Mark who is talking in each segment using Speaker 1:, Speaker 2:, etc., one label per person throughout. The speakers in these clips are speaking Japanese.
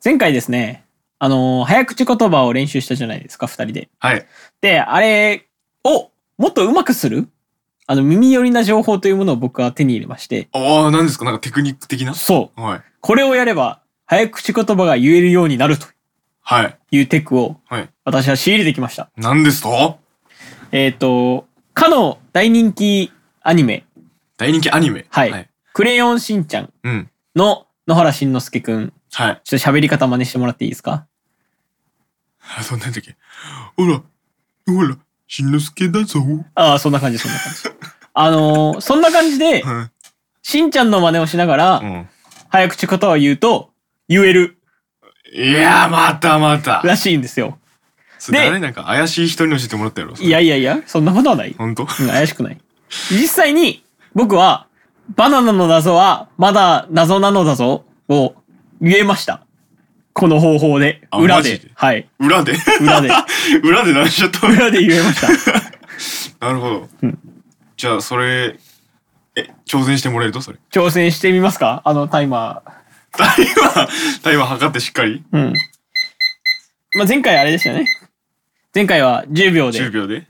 Speaker 1: 前回ですね、早口言葉を練習したじゃないですか、二人で。
Speaker 2: はい。
Speaker 1: で、あれをもっと上手くする耳寄りな情報というものを僕は手に入れまして。
Speaker 2: ああ、何ですか？なんかテクニック的な？
Speaker 1: そう。
Speaker 2: はい。
Speaker 1: これをやれば、早口言葉が言えるようになると
Speaker 2: はい。
Speaker 1: いうテクを、
Speaker 2: はい。
Speaker 1: 私は仕入れてきました。
Speaker 2: 何ですと？
Speaker 1: かの大人気アニメ。
Speaker 2: 大人気アニメ。
Speaker 1: はい。クレヨンしんちゃんの野原しんのすけくん。
Speaker 2: はい。
Speaker 1: ちょっと喋り方真似してもらっていいですか？
Speaker 2: そんなんだっけ？ほら、しんのすけだぞ。
Speaker 1: ああ、そんな感じ、そんな感じ。そんな感じで、しんちゃんの真似をしながら、早口言葉を言うと、言える。
Speaker 2: いやー、また。
Speaker 1: らしいんですよ。
Speaker 2: で、なんか怪しい人に教えてもらったやろ？
Speaker 1: いや、そんなことはない。
Speaker 2: 本当？
Speaker 1: 怪しくない。実際に、僕は、バナナの謎は、まだ謎なのだぞ、を言えました。この方法で。裏で。はい。
Speaker 2: 裏で
Speaker 1: 裏で
Speaker 2: 何しちゃった？
Speaker 1: 裏で言えました。
Speaker 2: なるほど。じゃあ、それ、挑戦してもらえると？それ。
Speaker 1: 挑戦してみますか？タイマー。
Speaker 2: タイマー測ってしっかり？
Speaker 1: まあ、前回あれでしたよね。前回は10秒で。
Speaker 2: 10秒で。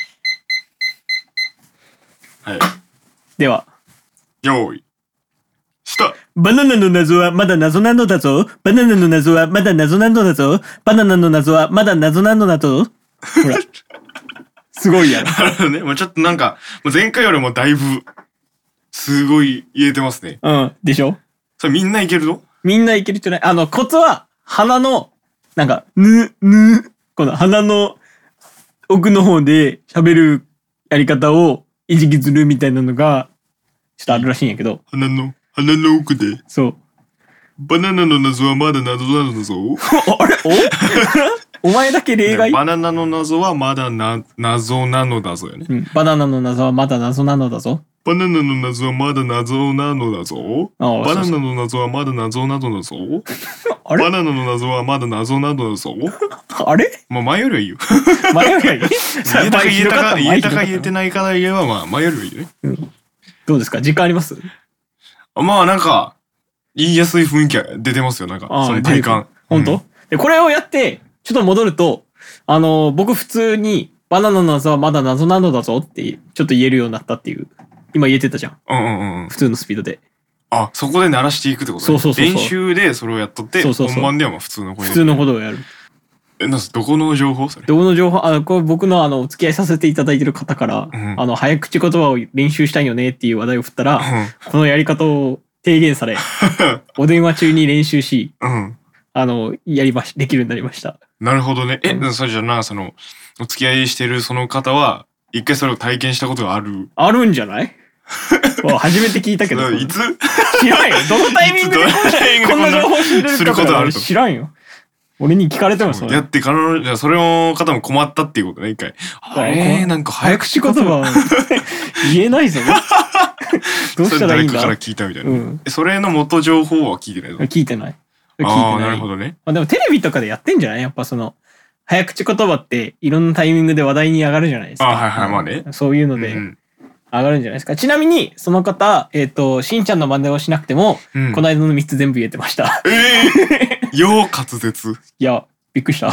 Speaker 2: はい。
Speaker 1: では。
Speaker 2: 用意。スタート。
Speaker 1: バナナの謎はまだ謎なのだぞ。バナナの謎はまだ謎なのだぞ。バナナの謎はまだ謎なのだぞ。ほら。すごいやろ。
Speaker 2: なるほどね。もうちょっとなんか、前回よりもだいぶ、すごい言えてますね。
Speaker 1: でしょ？
Speaker 2: それみんないけるの？
Speaker 1: みんないけるじゃない。コツは、鼻の、なんか、この鼻の奥の方で喋るやり方を意識するみたいなのが、ちょっとあるらしいんやけど。
Speaker 2: 鼻の奥で。
Speaker 1: そう。
Speaker 2: バナナの謎はまだ謎なのだぞ。
Speaker 1: あれお前だけ例外？
Speaker 2: バナナの謎はまだ謎なのだぞよね。
Speaker 1: バナナの謎はまだ謎なのだぞ。
Speaker 2: バナナの謎はまだ謎なのだぞ。バナナの謎はまだ謎なのだぞ。バナナの謎はまだ謎なのだぞ。
Speaker 1: あれ？
Speaker 2: まあ前よりはいいよ。
Speaker 1: 前よりはいい？
Speaker 2: 言えたか言えてないか言えばまあ前よりはいいよね。
Speaker 1: どうですか？時間あります？
Speaker 2: まあなんか、言いやすい雰囲気が出てますよ。なんか、その体感。
Speaker 1: 本当？で、これをやって、ちょっと戻ると、僕普通に、バナナの謎はまだ謎なのだぞって、ちょっと言えるようになったっていう。今言えてたじゃん。普通のスピードで。
Speaker 2: あ、そこで鳴らしていくってことね。そう。練習でそれをやっとって、本番ではまあ普通の
Speaker 1: ことをやる。
Speaker 2: どこの情報？それ。
Speaker 1: どこの情報？これ僕のお付き合いさせていただいてる方から、早口言葉を練習したいよねっていう話題を振ったら、このやり方を提言され、お電話中に練習し、できるようになりました。
Speaker 2: なるほどね。それじゃな、お付き合いしてるその方は、一回それを体験したことがある？あ
Speaker 1: るんじゃない？初めて聞いたけど。
Speaker 2: いつ？
Speaker 1: 知らんよ。どのタイミングでこんな情報知れるかと知らんよ。俺に聞かれてもそれ。
Speaker 2: やってそれの方も困ったっていうことね、一回。なんか
Speaker 1: 早口言葉言えないぞ。どうしたらいいんだ？
Speaker 2: 誰かから聞いたみたいな。それの元情報は聞いてないの？
Speaker 1: 聞いてない。
Speaker 2: なるほどね。
Speaker 1: でもテレビとかでやってんじゃない？やっぱ早口言葉っていろんなタイミングで話題に上がるじゃないですか。
Speaker 2: はい、まあね。
Speaker 1: そういうので上がるんじゃないですか。ちなみに、その方、しんちゃんの真似をしなくても、この間の3つ全部言えてました。
Speaker 2: よう滑舌。
Speaker 1: いや、びっくりした。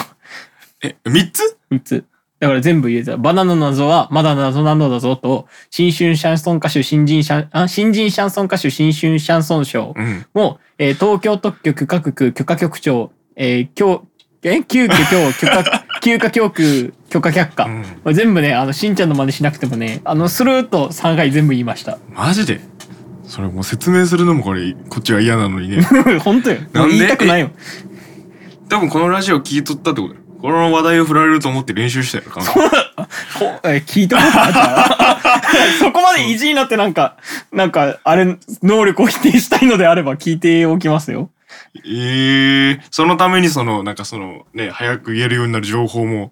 Speaker 2: 3つ？
Speaker 1: 3つ。だから全部言えた。バナナの謎はまだ謎なのだぞと、新春シャンソン歌手新人シャンソン歌手新春シャンソン賞も、東京特許許可局許可局長、急遽教区許可却下。全部ね、しんちゃんの真似しなくてもね、スルーっと3回全部言いました。
Speaker 2: マジで？それもう説明するのもこっちが嫌なのにね。
Speaker 1: 本当よ。なんで？言いたくないよ。
Speaker 2: 多分このラジオ聞いとったってことだよ。この話題を振られると思って練習したよ。
Speaker 1: 聞いたことあった。そこまで意地になってなんか、あれ、能力を否定したいのであれば聞いておきますよ。
Speaker 2: そのために早く言えるようになる情報も。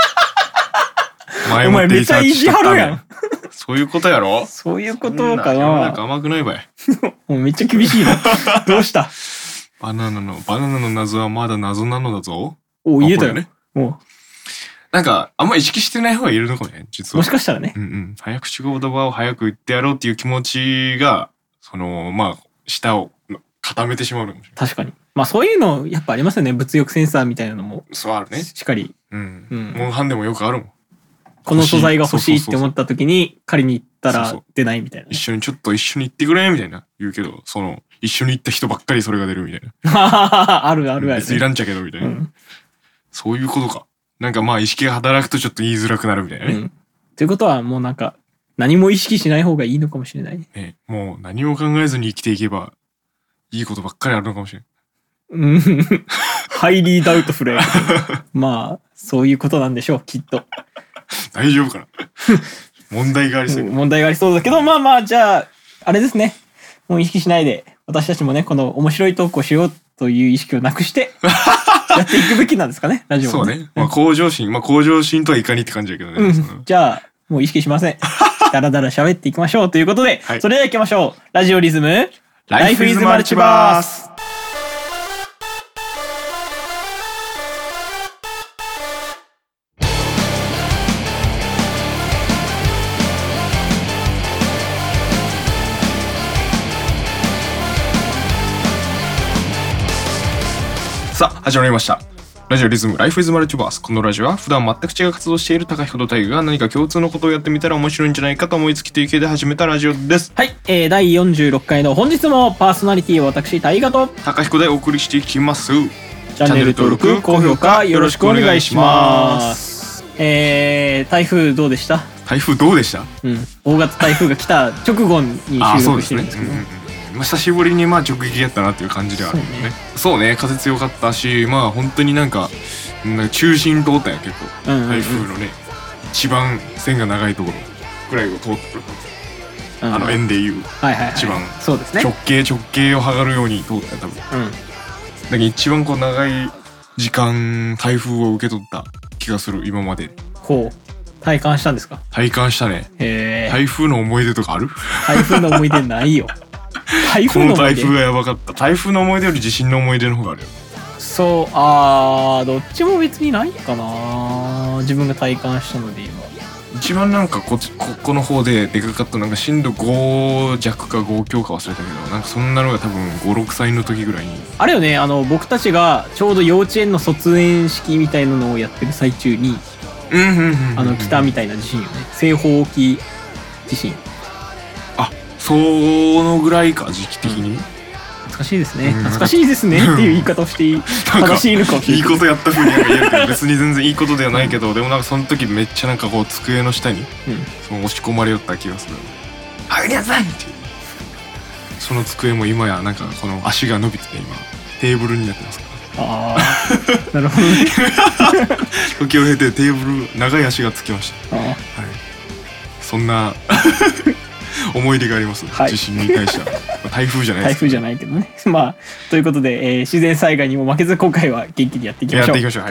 Speaker 1: お前めっちゃ意地張るやん。
Speaker 2: そういうことやろ？
Speaker 1: そういうことかな。
Speaker 2: なんか甘くないばい。
Speaker 1: もうめっちゃ厳しいな。どうした？
Speaker 2: バナナの謎はまだ謎なのだぞ。
Speaker 1: 言えたよね。
Speaker 2: なんか、あんま意識してない方が言えるのかもね、実は。
Speaker 1: もしかしたらね。
Speaker 2: 早口言葉を早く言ってやろうっていう気持ちが、舌を固めてしまうのかもしれない。
Speaker 1: 確かに。 まあそういうのやっぱありますよね。物欲センサーみたいなのも。
Speaker 2: そうあるね。
Speaker 1: しっかり。
Speaker 2: モンハンでもよくあるもん。
Speaker 1: この素材が欲しいって思った時に借りに行ったら出ないみたいな。
Speaker 2: 一緒に行ってくれみたいな言うけど、一緒に行った人ばっかりそれが出るみたい
Speaker 1: な。あるあるある。
Speaker 2: 別にいらんちゃけどみたいな。そういうことか。なんかまあ意識が働くとちょっと言いづらくなるみたいなね。
Speaker 1: ということはもうなんか何も意識しない方がいいのかもしれない。
Speaker 2: ね、もう何も考えずに生きていけばいいことばっかりあるのかもしれない。
Speaker 1: ハイリーダウトフルやけど。まあそういうことなんでしょうきっと。
Speaker 2: 大丈夫かな。問題がありそう。
Speaker 1: 問題がありそうだけど、まあまあじゃああれですね。もう意識しないで私たちもねこの面白いトークをしようという意識をなくしてやっていくべきなんですかねラジオも、ね。
Speaker 2: そうね。まあ向上心とはいかにって感じだけどね。
Speaker 1: じゃあもう意識しません。だらだら喋っていきましょうということで、はい、それでは行きましょう。ラジオリズムライフイズマルチバース。
Speaker 2: さあ始まりました。ラジオリズムライフイズマルチバース。このラジオは普段全く違う活動をしている高彦と大我が何か共通のことをやってみたら面白いんじゃないかと思いつきという系で始めたラジオです。
Speaker 1: はい、第46回の本日もパーソナリティを私大我と
Speaker 2: 高彦でお送りしていきます。チ
Speaker 1: ャンネル登録高評価よろしくお願いします。台風どうでした？
Speaker 2: 台風どうでした？
Speaker 1: 大型台風が来た直後に収録してるんですけど、
Speaker 2: 久しぶりにまあ直撃やったなっていう感じではあるよね。そうね、風強かったし、まあ本当になんか中心通ったんや結構、台風のね一番線が長いところくらいを通ってくる、円でいう一番直径を測るように通った多分。だけど一番こう長い時間台風を受け取った気がする今まで。
Speaker 1: ほう、体感したんですか？
Speaker 2: 体感したね。台風の思い出とかある？
Speaker 1: 台風の思い出ないよ。
Speaker 2: この台風がやばかった。台風の思い出より地震の思い出の方があるよ。
Speaker 1: そう、どっちも別にないかな。自分が体感したので今
Speaker 2: 一番なんかここの方ででかかったなんか震度5弱か5強か忘れたけど、なんかそんなのが多分5、6歳の時ぐらいに
Speaker 1: あれよね。僕たちがちょうど幼稚園の卒園式みたいなのをやってる最中に来たみたいな地震よね。西方沖地震。
Speaker 2: そのぐらいか時期的に。
Speaker 1: 懐かしいですね。懐かしいですねっていう言い方をしていい正しいのかもしれない。
Speaker 2: いいことやった風に言えるけど別に全然いいことではないけど、でもなんかその時めっちゃなんかこう机の下に押し込まれよった気がする。入りなさいっていう。その机も今やなんかこの足が伸びてて今テーブルになってますから。
Speaker 1: なるほどね。
Speaker 2: 時を経てテーブル長い足がつきました。はい。そんな思い出があります。地震に対しては台風じゃないです。
Speaker 1: 台風じゃないけどね。まあということで、自然災害にも負けず今回は元気にやっていきましょう。
Speaker 2: はい。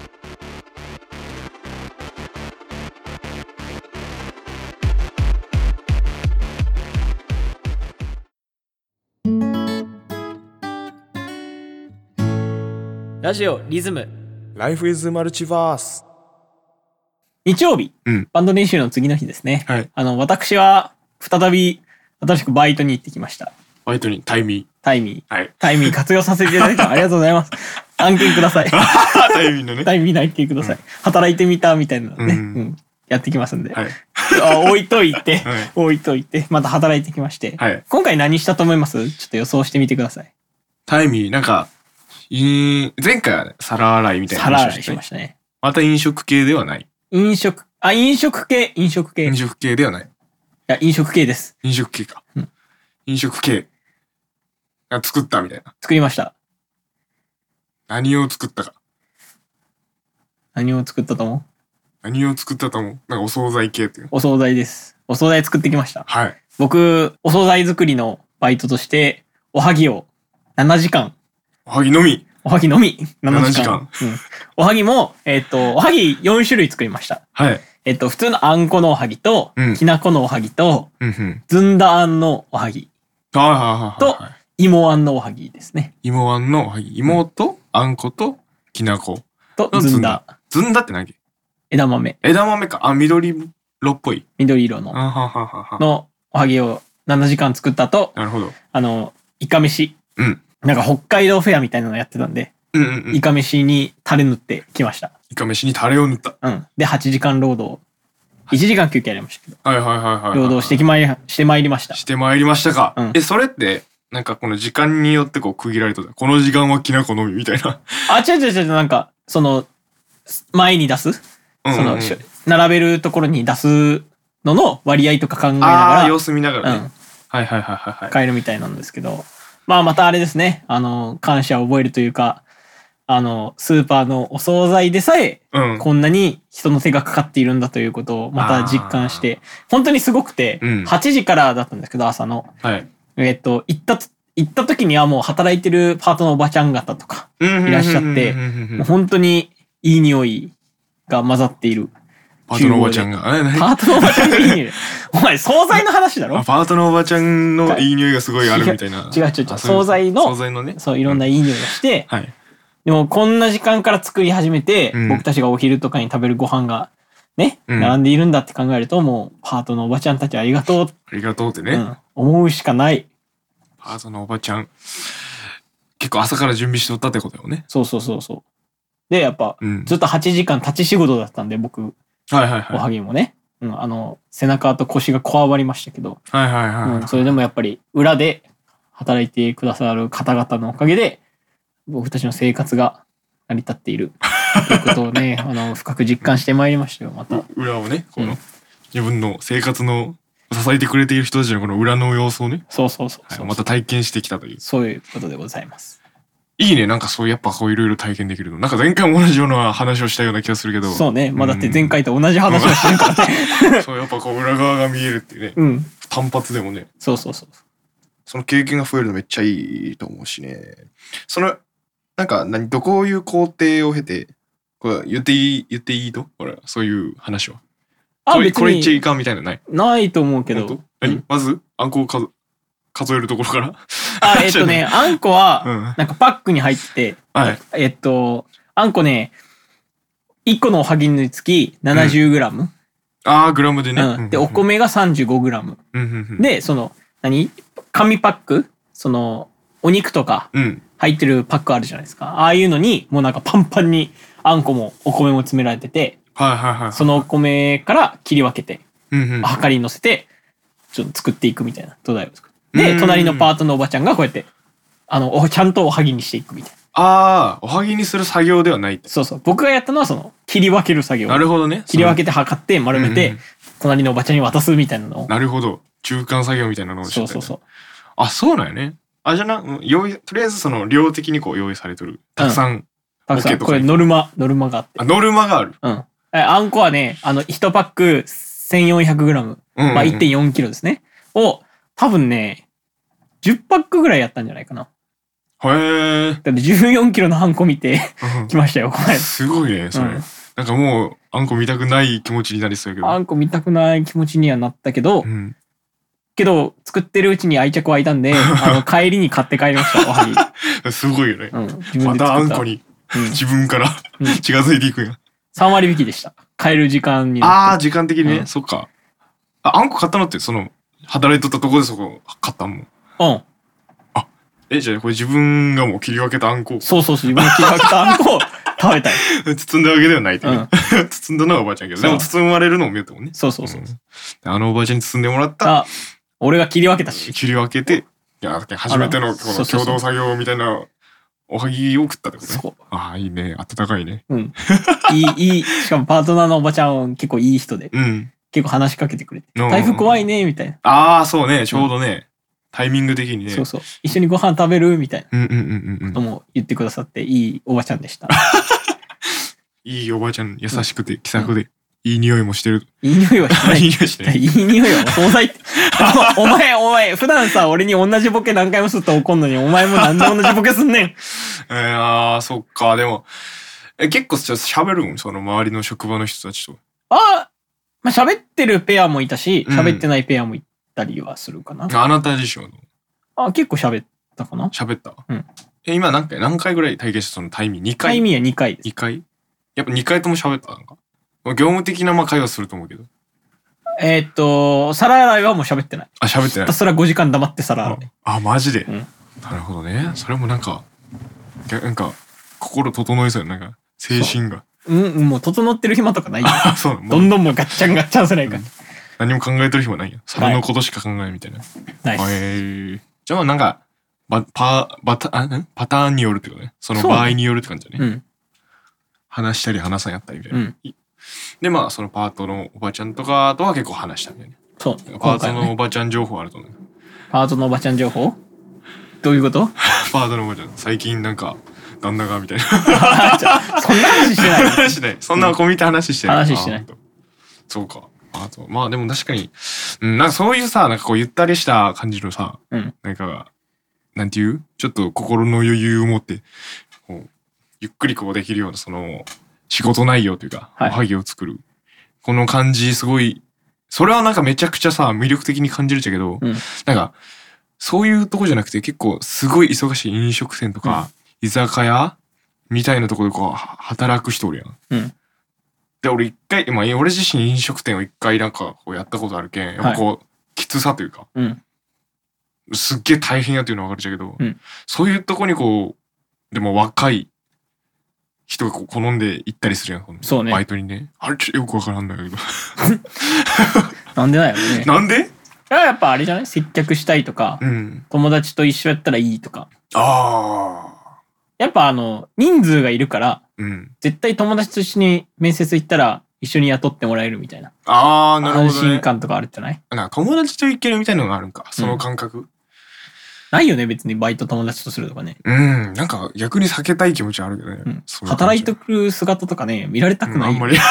Speaker 1: ラジオリズム
Speaker 2: ライフイズマルチバース。
Speaker 1: 日曜日、バンド練習の次の日ですね。
Speaker 2: はい、
Speaker 1: 私は再び新しくバイトに行ってきました。
Speaker 2: バイトにタイミー、
Speaker 1: はい、タイミー活用させていただいてありがとうございます。案件ください。
Speaker 2: タイミーのね。
Speaker 1: タイミーの案件ください。働いてみたみたいなのね、やってきますんで。置いといて、また働いてきまして。今回何したと思います？ちょっと予想してみてください。
Speaker 2: タイミーなんか前回は皿洗いみたいな
Speaker 1: 話をしましたね。
Speaker 2: また飲食系ではない。
Speaker 1: 飲食系
Speaker 2: ではない。
Speaker 1: いや飲食系です。
Speaker 2: 飲食系か。飲食系が作ったみたいな。
Speaker 1: 作りました。
Speaker 2: 何を作ったか。
Speaker 1: 何を作ったと思う？
Speaker 2: なんかお惣菜系っていう。
Speaker 1: お惣菜です。お惣菜作ってきました。
Speaker 2: はい。
Speaker 1: 僕お惣菜作りのバイトとしておはぎを7時間。
Speaker 2: おはぎのみ
Speaker 1: 7時間。おはぎもおはぎ4種類作りました。
Speaker 2: はい。
Speaker 1: 普通のあんこのおはぎと、きなこのおはぎと、ずんだあんのおはぎと、芋あんのおはぎですね。
Speaker 2: 芋あんのおはぎ。芋とあんこときなことずんだ。ずんだって何？
Speaker 1: 枝豆
Speaker 2: か。緑色っぽい。
Speaker 1: 緑色のおはぎを7時間作ったと、
Speaker 2: なるほど。
Speaker 1: いかめしなんか北海道フェアみたいなのやってたんで、イカ飯にタレ塗ってきました。
Speaker 2: イカ飯にタレを塗った。
Speaker 1: で、8時間労働。1時間休憩ありましたけど。労働してまいりました。
Speaker 2: してまいりましたか。それって、なんかこの時間によってこう区切られとった。この時間はきなこのみみたいな。
Speaker 1: 違う、なんか、前に出す並べるところに出すのの割合とか考えながら。
Speaker 2: 様子見ながらね。
Speaker 1: 変えるみたいなんですけど。またあれですね。感謝を覚えるというか、スーパーのお惣菜でさえ、こんなに人の手がかかっているんだということをまた実感して、本当にすごくて、8時からだったんですけど、朝の。行った時にはもう働いてるパートのおばちゃん方とかいらっしゃって、もう本当にいい匂いが混ざっている。
Speaker 2: パートのおばちゃんが。
Speaker 1: パートのおばちゃんがいい匂い。お前、惣菜の話だろ？
Speaker 2: パートのおばちゃんのいい匂いがすごいあるみたいな。
Speaker 1: 違う。惣菜のね。そう、いろんないい匂いがして、でもこんな時間から作り始めて、僕たちがお昼とかに食べるご飯がね、並んでいるんだって考えると、もうパートのおばちゃんたちありがとう。
Speaker 2: ありがとうってね。
Speaker 1: 思うしかない。
Speaker 2: パートのおばちゃん。結構朝から準備しとったってことよね。
Speaker 1: そう。で、やっぱ、ずっと8時間立ち仕事だったんで、僕、おはぎもね。背中と腰がこわばりましたけど、それでもやっぱり裏で働いてくださる方々のおかげで、僕たちの生活が成り立っているということをね、深く実感してまいりましたよ、また。
Speaker 2: 裏をね、この、自分の生活の支えてくれている人たちのこの裏の様子をね。
Speaker 1: そう。
Speaker 2: また体験してきたという。
Speaker 1: そういうことでございます。
Speaker 2: いいね、なんかそうやっぱこういろいろ体験できるの。なんか前回も同じような話をしたような気がするけど。
Speaker 1: そうね、だって前回と同じ話をしてるから
Speaker 2: ね。そう、やっぱこう裏側が見えるっていうね。単発でもね。
Speaker 1: そう。
Speaker 2: その経験が増えるのめっちゃいいと思うしね。なんかどこいう工程を経て、これ言っていいと？これそういう話は。これ言っちゃいかんみたいなのない？
Speaker 1: ないと思うけど。
Speaker 2: まずあんこを数えるところから。
Speaker 1: あんこは、なんかパックに入ってて、あんこね、1個のおはぎにつき 70g。
Speaker 2: グラムでね。
Speaker 1: で、お米が 35g。で、紙パック、お肉とか入ってるパックあるじゃないですか。ああいうのに、もうなんかパンパンにあんこもお米も詰められてて、そのお米から切り分けて、はかりに乗せて、ちょっと作っていくみたいな土台を作って。で、隣のパートのおばちゃんがこうやって、ちゃんとおはぎにしていくみたい
Speaker 2: な。おはぎにする作業ではないって。
Speaker 1: そう。僕がやったのは切り分ける作業。
Speaker 2: なるほどね。
Speaker 1: 切り分けて測って丸めて、隣のおばちゃんに渡すみたいなのを。
Speaker 2: なるほど。中間作業みたいなのをしてた。
Speaker 1: そう。
Speaker 2: そうなんよね。じゃとりあえず量的にこう用意されてる。たくさん。
Speaker 1: これノルマがあって。
Speaker 2: ノルマがある。
Speaker 1: あんこはね、1パック 1400g。1.4 キロですね。を、多分ね、10パックぐらいやったんじゃないかな。
Speaker 2: へえ。
Speaker 1: だって14キロのあんこ見て来ましたよ、これ。
Speaker 2: すごいね、それ。なんかもう、あんこ見たくない気持ちになりそうやけど。
Speaker 1: あんこ見たくない気持ちにはなったけど、作ってるうちに愛着湧いたんで、帰りに買って帰りました、おは
Speaker 2: ぎ。すごいよね。またあんこに、自分から近づいていくんや。
Speaker 1: 3割引きでした。買える時間に。
Speaker 2: 時間的にね、そっか。あんこ買ったのって、働いとったとこでそこ買ったもん。じゃあこれ自分がもう切り分けたあんこ。
Speaker 1: そう、自分が切り分けたあんこを食べたい。
Speaker 2: 包んだわけではないってね。包んだのはおばあちゃんけど、でも包まれるのを見よったもんね。
Speaker 1: そう。
Speaker 2: おばあちゃんに包んでもらった。
Speaker 1: 俺が切り分けたし。
Speaker 2: 切り分けて、初めてのこの共同作業みたいなおはぎを食ったってことね。いいね。温かいね。
Speaker 1: いい。しかもパートナーのおばちゃんは結構いい人で。結構話しかけてくれて。台風怖いね、みたい
Speaker 2: な。そうね。ちょうどね。タイミング的にね。
Speaker 1: そう。一緒にご飯食べるみたいなことも言ってくださって、いいおばちゃんでした。
Speaker 2: いいおばちゃん、優しくて気さくで、いい匂いもしてる。
Speaker 1: いい匂いはしてない。いい匂いはお惣菜って。お前、普段さ、俺に同じボケ何回もすると怒んのに、お前もなんで同じボケすんねん。
Speaker 2: そっか、でも、結構喋るん？周りの職場の人たちと。
Speaker 1: 喋ってるペアもいたし、喋ってないペアもいたりはするかな。
Speaker 2: あなた自身は
Speaker 1: 結構喋ったかな。
Speaker 2: 喋った。今何回ぐらい体験したタイミー2回？
Speaker 1: タイミーは2回です。
Speaker 2: 2回？やっぱ2回とも喋ったのか。業務的な会話すると思うけど。
Speaker 1: 皿洗いはもう喋ってない。
Speaker 2: 喋ってない。
Speaker 1: ひたすら5時間黙って皿洗い。
Speaker 2: マジで。 なるほどね。それもなんか心整えそうやなんか精神が。
Speaker 1: もう整ってる暇とかないよ。
Speaker 2: そう
Speaker 1: どんどんもうガッチャンガッチャンすないから。
Speaker 2: 何も考えてる暇ないよ。そのことしか考えないみたいな。
Speaker 1: ナイス。
Speaker 2: じゃあなんかパターンによるってことね。その場合によるって感じだね。話したり話さんやったりみたいな。でまあそのパートのおばちゃんとかとは結構話したみたいな。そう。パートのおばちゃん情報あると思う。
Speaker 1: パートのおばちゃん情報？どういうこと？
Speaker 2: パートのおばちゃん最近なんか旦那がみたいな。
Speaker 1: そんな話してない。
Speaker 2: 話してない。そんな込み入った話してない。
Speaker 1: 話してない。
Speaker 2: そうか。あとまあでも確かに、なんかそういうさなんかこうゆったりした感じのさ、なんかなんていうちょっと心の余裕を持ってこうゆっくりこうできるようなその仕事内容というかおはぎを作るこの感じすごいそれはなんかめちゃくちゃさ魅力的に感じるんだけど、なんかそういうとこじゃなくて結構すごい忙しい飲食店とか、居酒屋みたいなところでこう働く人おるやん。で俺一回俺自身飲食店を一回なんかこうやったことあるけんやっぱこう、きつさというか、すっげえ大変やっていうのは分かるんだけど、そういうとこにこうでも若い人がこう好んで行ったりするやん。そうね。バイトにね。あれちょっとよく分からんだけど。
Speaker 1: なんでだよね。
Speaker 2: なんで？
Speaker 1: やっぱあれじゃない？接客したいとか、友達と一緒やったらいいとか。やっぱ人数がいるから、絶対友達と一緒に面接行ったら一緒に雇ってもらえるみたいな。
Speaker 2: なるほどね。
Speaker 1: 安心感とかあるんじゃない？
Speaker 2: なんか友達と行けるみたいなのがあるんか、その感覚。
Speaker 1: ないよね別にバイト友達とするとかね。
Speaker 2: なんか逆に避けたい気持ちあるけどね。
Speaker 1: 働いてくる姿とかね見られたくない。
Speaker 2: あんまり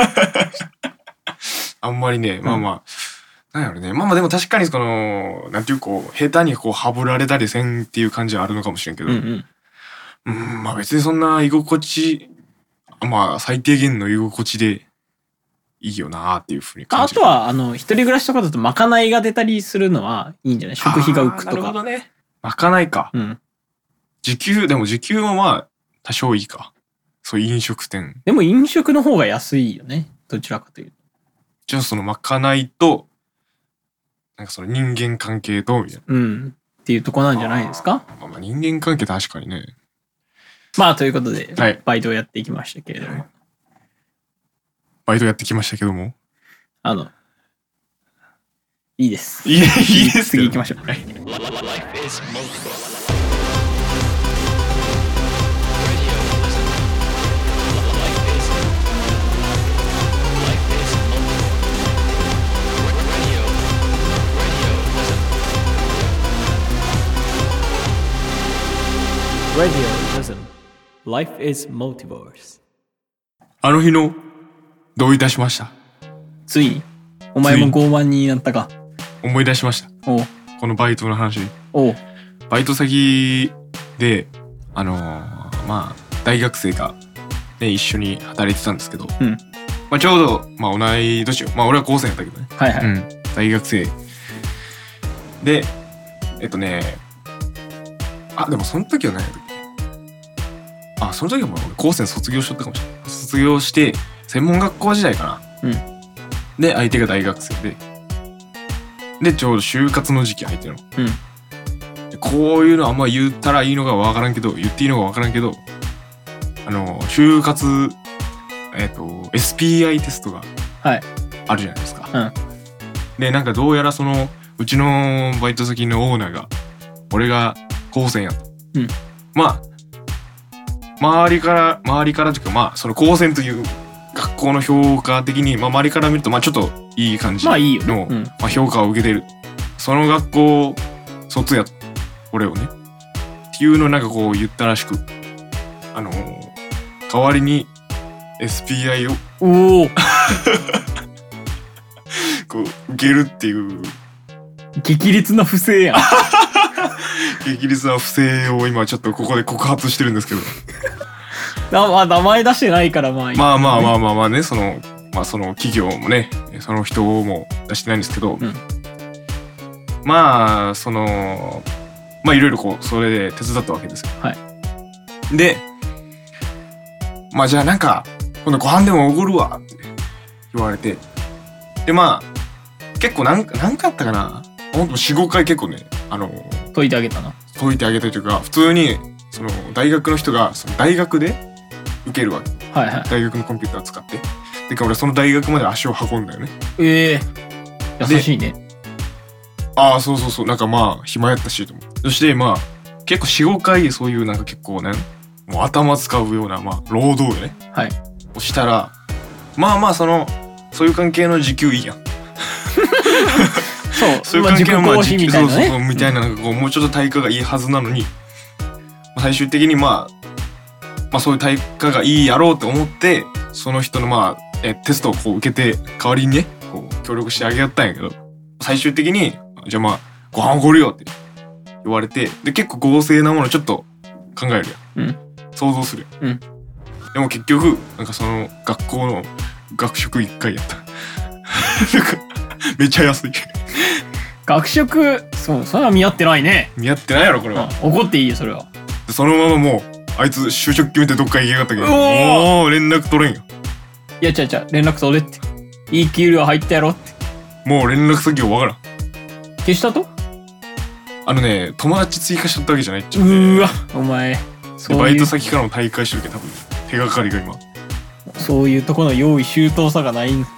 Speaker 2: あんまりね、まあまあなんやろね。まあまあでも確かにそのなんていうこう下手にこうはぶられたりせんっていう感じはあるのかもしれんけど、まあ別にそんな居心地まあ最低限の居心地でいいよなーっていうふうに感じる。
Speaker 1: あとは一人暮らしとかだとまかないが出たりするのはいいんじゃない？食費が浮くとか。
Speaker 2: なるほどね。まかないか。時給はまあ多少いいか。そういう飲食店。
Speaker 1: でも飲食の方が安いよね。どちらかというと。
Speaker 2: じゃあそのまかないとなんかその人間関係とみたいな。
Speaker 1: っていうとこなんじゃないですか。
Speaker 2: まあ人間関係確かにね。
Speaker 1: まあということで、バイトをやっていきましたけれども。
Speaker 2: バイトやってきましたけども。
Speaker 1: いいです。
Speaker 2: いいです。
Speaker 1: 次行きましょう。Life is Multiverse。
Speaker 2: あの日のどういたしました。
Speaker 1: ついにお前も傲慢になったか。
Speaker 2: 思い出しました。このバイトの話。バイト先でまあ大学生が、ね、一緒に働いてたんですけど、まあ、ちょうど、まあ、同い年よ。まあ俺は高専やったけどね。大学生ででもその時は何やったっけ。その時はもう俺高専卒業しとったかもしれない。卒業して専門学校時代かな。で相手が大学生でちょうど就活の時期入ってるの。でこういうのあんま言ったらいいのかわからんけど言っていいのかわからんけど就活SPI テストがあるじゃないですか。でなんかどうやらそのうちのバイト先のオーナーが俺が高専やと。まあ周りからというかまあその高専という学校の評価的に、まあ、周りから見るとまあちょっといい感じのまあ評価を受けてる。その学校卒や俺をねっていうのをなんかこう言ったらしく代わりに SPI をこう受けるっていう
Speaker 1: 激烈な不正やん。
Speaker 2: 激烈な不正を今ちょっとここで告発してるんですけど。
Speaker 1: 名前出してないからまあいい、ね。ま
Speaker 2: あねその企業もねその人も出してないんですけど、まあまあいろいろこうそれで手伝ったわけですよ。でまあじゃあなんか今度ご飯でもおごるわって言われて、でまあ結構なんかあったかな。ほんと 4,5 回結構ね
Speaker 1: 解いてあげたな。
Speaker 2: 解いてあげたりというか、普通にその大学の人がその大学で受けるわけ、
Speaker 1: はいはい、
Speaker 2: 大学のコンピューターを使って。でか俺その大学まで足を運んだよね。
Speaker 1: 優しいね。
Speaker 2: ああそうそうそう、なんかまあ暇やったしと思って。そしてまあ結構 4,5 回そういうなんか結構ね、もう頭使うようなまあ労働ね、
Speaker 1: はい、
Speaker 2: をしたら、まあまあそういう関係の時給いいやん。そういう関係のまあ時給、そうそうそうみたいな、なんかこうもうちょっと対価がいいはずなのに、最終的にまあそういう対価がいいやろうと思って、その人のまあテストをこう受けて代わりにねこう協力してあげやったんやけど、最終的にじゃあまあご飯おごるよって言われて、で結構合成なものちょっと考えるやん、うん、想像するやん、うん、でも結局なんかその学校の学食1回やった。なんかめっちゃ安い。
Speaker 1: 学食、それは見合ってないね。
Speaker 2: 見合ってないやろこれは。
Speaker 1: 怒っていいよそれは。
Speaker 2: そのままもうあいつ就職決めてどっか行きやがったけど、もう連絡取れんよ。
Speaker 1: いや違う連絡取れって。いい給料入ったやろって。
Speaker 2: もう連絡先をわからん。
Speaker 1: 消したと？
Speaker 2: 友達追加しちゃったわけじゃないっちゃ
Speaker 1: うーわお前
Speaker 2: バイト先からも大会してるけど多分手がかりが今
Speaker 1: そういうとこの用意周到さがないん。ちょ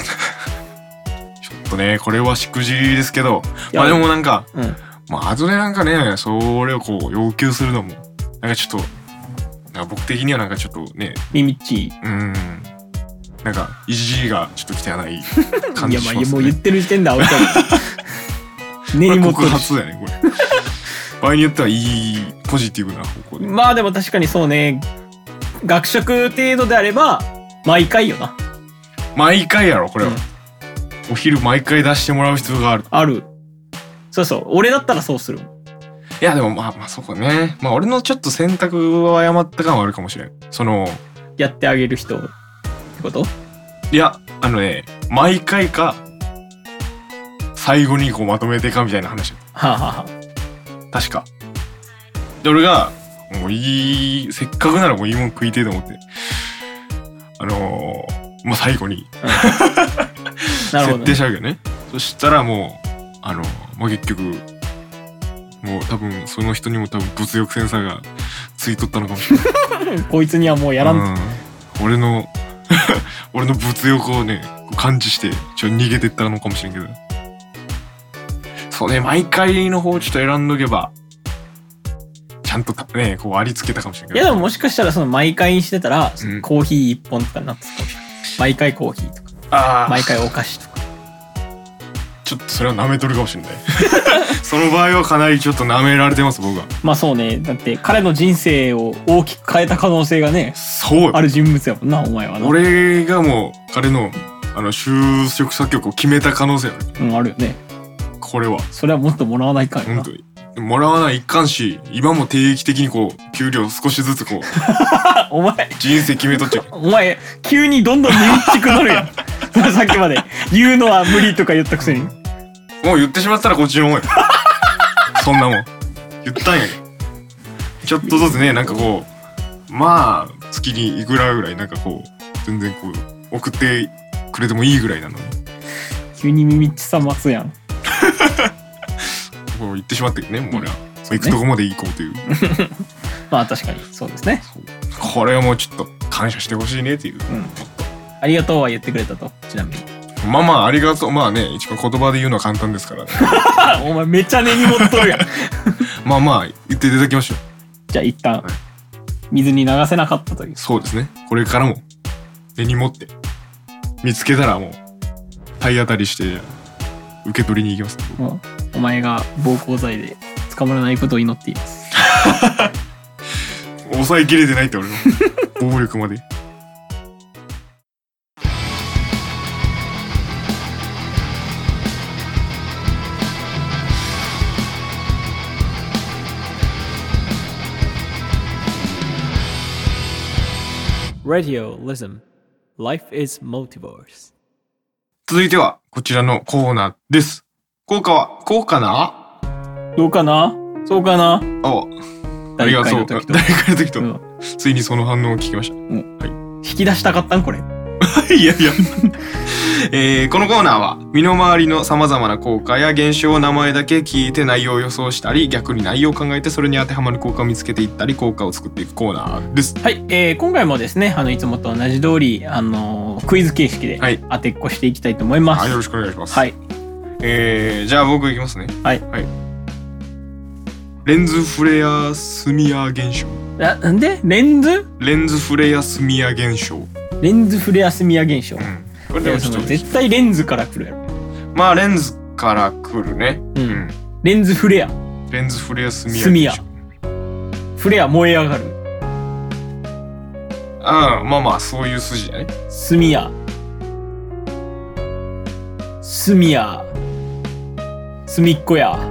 Speaker 2: っとねこれはしくじりですけど、まあでもなんか、うん、まあ後でなんかねそれをこう要求するのもなんかちょっとなんか僕的にはなんかちょっとね
Speaker 1: ミミッチ
Speaker 2: なんかいじりがちょっと汚い感じしますね。
Speaker 1: いやまあもう言ってる時点でアウトだ。
Speaker 2: 根に持ってる告発やねこれ。場合によってはいいポジティブな方向で。
Speaker 1: まあでも確かにそうね、学食程度であれば毎回よな。
Speaker 2: 毎回やろこれは、お昼毎回出してもらう必要がある。
Speaker 1: そう俺だったらそうする。
Speaker 2: いやでもまあそうかね。まあ俺のちょっと選択を誤った感はあるかもしれん。
Speaker 1: やってあげる人ってこと？
Speaker 2: いや毎回か最後にこうまとめてかみたいな話だった。
Speaker 1: はあはあ、
Speaker 2: 確か。で俺がもうせっかくならもういいもん食いてえと思ってもう最後に設定したわけね。そしたらもう結局もう多分その人にも多分物欲センサーがついとったのかもしれない。
Speaker 1: こいつにはもうやらんと、
Speaker 2: 俺の物欲をね感知して逃げてったのかもしれんけど、そうね毎回の方をちょっと選んどけばちゃんとねこう割り付けたかもしれんけど。
Speaker 1: いやでももしかしたらその毎回にしてたら、コーヒー1本とかになってたかもしれない。毎回コーヒーとか毎回お菓子とか。
Speaker 2: ちょっとそれは舐めとるかもしれない。その場合はかなりちょっと舐められてます僕は。
Speaker 1: まあそうね、だって彼の人生を大きく変えた可能性がね
Speaker 2: そう
Speaker 1: ある人物やもんなお前はな。
Speaker 2: 俺がもう彼の就職先を決めた可能性ある。
Speaker 1: あるよね
Speaker 2: これは。
Speaker 1: それはもっともらわないかんよな。
Speaker 2: 本当にもらわないかんし、今も定期的にこう給料少しずつこう
Speaker 1: お前
Speaker 2: 人生決めとっちゃう。
Speaker 1: お前急にどんどん身内くなるやん。さっきまで言うのは無理とか言ったくせにも
Speaker 2: う言ってしまったらこっちのもんよ。そんなもん言ったんやけど、ちょっとずつねなんかこうまあ月にいくらぐらいなんかこう全然こう送ってくれてもいいぐらいなのに
Speaker 1: 急に耳っちさますやん。
Speaker 2: もう言ってしまったけどね、もう俺は、行くとこまで行こうという。
Speaker 1: まあ確かにそうですね。
Speaker 2: これはもうちょっと感謝してほしいねっていう、
Speaker 1: ありがとうは言ってくれたと。ちなみに
Speaker 2: まあありがとう、まあね一番言葉で言うのは簡単ですからね。
Speaker 1: お前めっちゃ根に持っとるやん。
Speaker 2: まあ言っていただきましょう。
Speaker 1: じゃあ一旦、水に流せなかったという。
Speaker 2: そうですね、これからも根に持って見つけたらもう体当たりして受け取りに行きます。
Speaker 1: お前が暴行罪で捕まらないことを祈っています。
Speaker 2: 抑えきれてないって俺の暴力まで。
Speaker 1: Radio Lism Life is Multiverse。
Speaker 2: 続いてはこちらのコーナーです。効果はこうかな？
Speaker 1: どうかな？そうかな？
Speaker 2: ありがとう。誰かの時と、ついにその反応を聞きました。はい。
Speaker 1: 引き出したかったんこれ。
Speaker 2: いやいやこのコーナーは身の回りのさまざまな効果や現象を名前だけ聞いて内容を予想したり、逆に内容を考えてそれに当てはまる効果を見つけていったり、効果を作っていくコーナーです。
Speaker 1: はい、今回もですねいつもと同じ通りクイズ形式で当てっこしていきたいと思います。
Speaker 2: はい、よろしくお願いします。
Speaker 1: はい、
Speaker 2: じゃあ僕いきますね。
Speaker 1: はい、
Speaker 2: はい、レンズフレアスミア現象。
Speaker 1: なんでレンズ
Speaker 2: フレアスミア現象。
Speaker 1: レンズフレアスミア現象、
Speaker 2: これでもちょっと
Speaker 1: 絶対レンズから来るやろ。
Speaker 2: まあレンズから来るね。
Speaker 1: レンズフレア
Speaker 2: スミア現象。
Speaker 1: フレア燃え上がる。
Speaker 2: まあそういう筋じゃない。
Speaker 1: スミア隅っこや。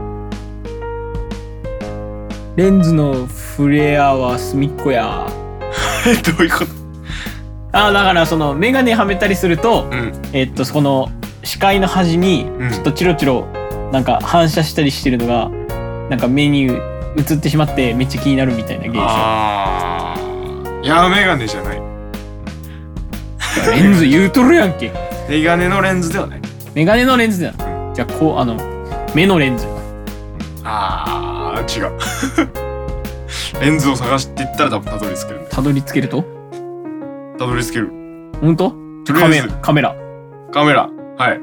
Speaker 1: レンズのフレアは隅っこや。
Speaker 2: どういうこと？
Speaker 1: だからそのメガネはめたりすると、その視界の端にちょっとチロチロなんか反射したりしてるのがなんか目に映ってしまってめっちゃ気になるみたいな現象。
Speaker 2: いやメガネじゃない。
Speaker 1: レンズ言うとるやんけ。
Speaker 2: メガネのレンズではない。
Speaker 1: メガネのレンズではない。じゃあ目のレンズ。
Speaker 2: 違う。レンズを探していったら多分たどり着ける。
Speaker 1: たどり着けると？
Speaker 2: たどり着ける。
Speaker 1: ほんと？カメラ。はい。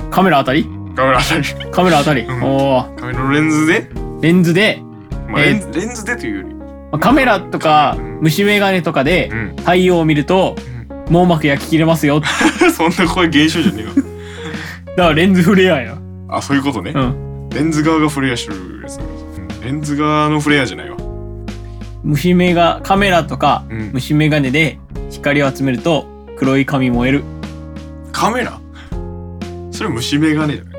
Speaker 1: カメラあたり。カメラあたり。お
Speaker 2: ー。カメラのレンズで。
Speaker 1: レンズで
Speaker 2: というよ
Speaker 1: り。カメラとか虫眼鏡とかで太陽を見ると網膜焼き切れますよ。
Speaker 2: そんな怖い現象じゃねえよ。
Speaker 1: だからレンズフレアや。
Speaker 2: そういうことね。レンズ側がフレアしてるやつ。レンズ側のフレアじゃないわ。
Speaker 1: カメラとか虫眼鏡で光を集めると黒い紙燃える。
Speaker 2: カメラ？それ虫眼鏡じゃない？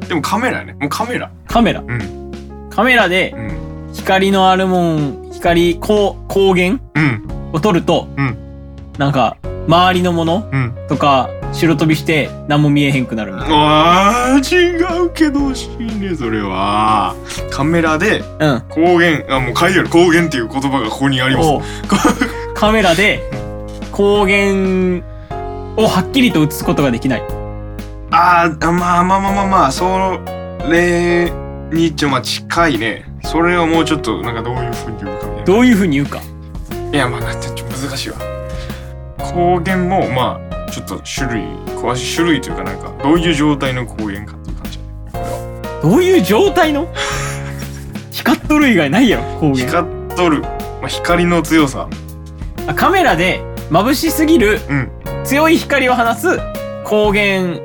Speaker 2: でもカメラやね。もうカメラ。
Speaker 1: カメラで光のあるもん、光源を撮ると、なんか周りのものとか白飛びして何も見えへんくなるみたいな。
Speaker 2: 違うけどしいねそれは。カメラで光源、もう書いてある光源っていう言葉がここにあります。
Speaker 1: カメラで光源をはっきりと映すことができない。
Speaker 2: まあそれに近いね。それをもうちょっとなんかどういう風に言うかみたいな。
Speaker 1: どういう風に言うか。
Speaker 2: いやなんて難しいわ。光源もちょっと種類というかなんかどういう状態の光源かっていう感じ。これは
Speaker 1: どういう状態の？光っとる以外ないやろ光源。
Speaker 2: 光っとる、光の強さ。
Speaker 1: カメラで眩しすぎる強い光を放つ光源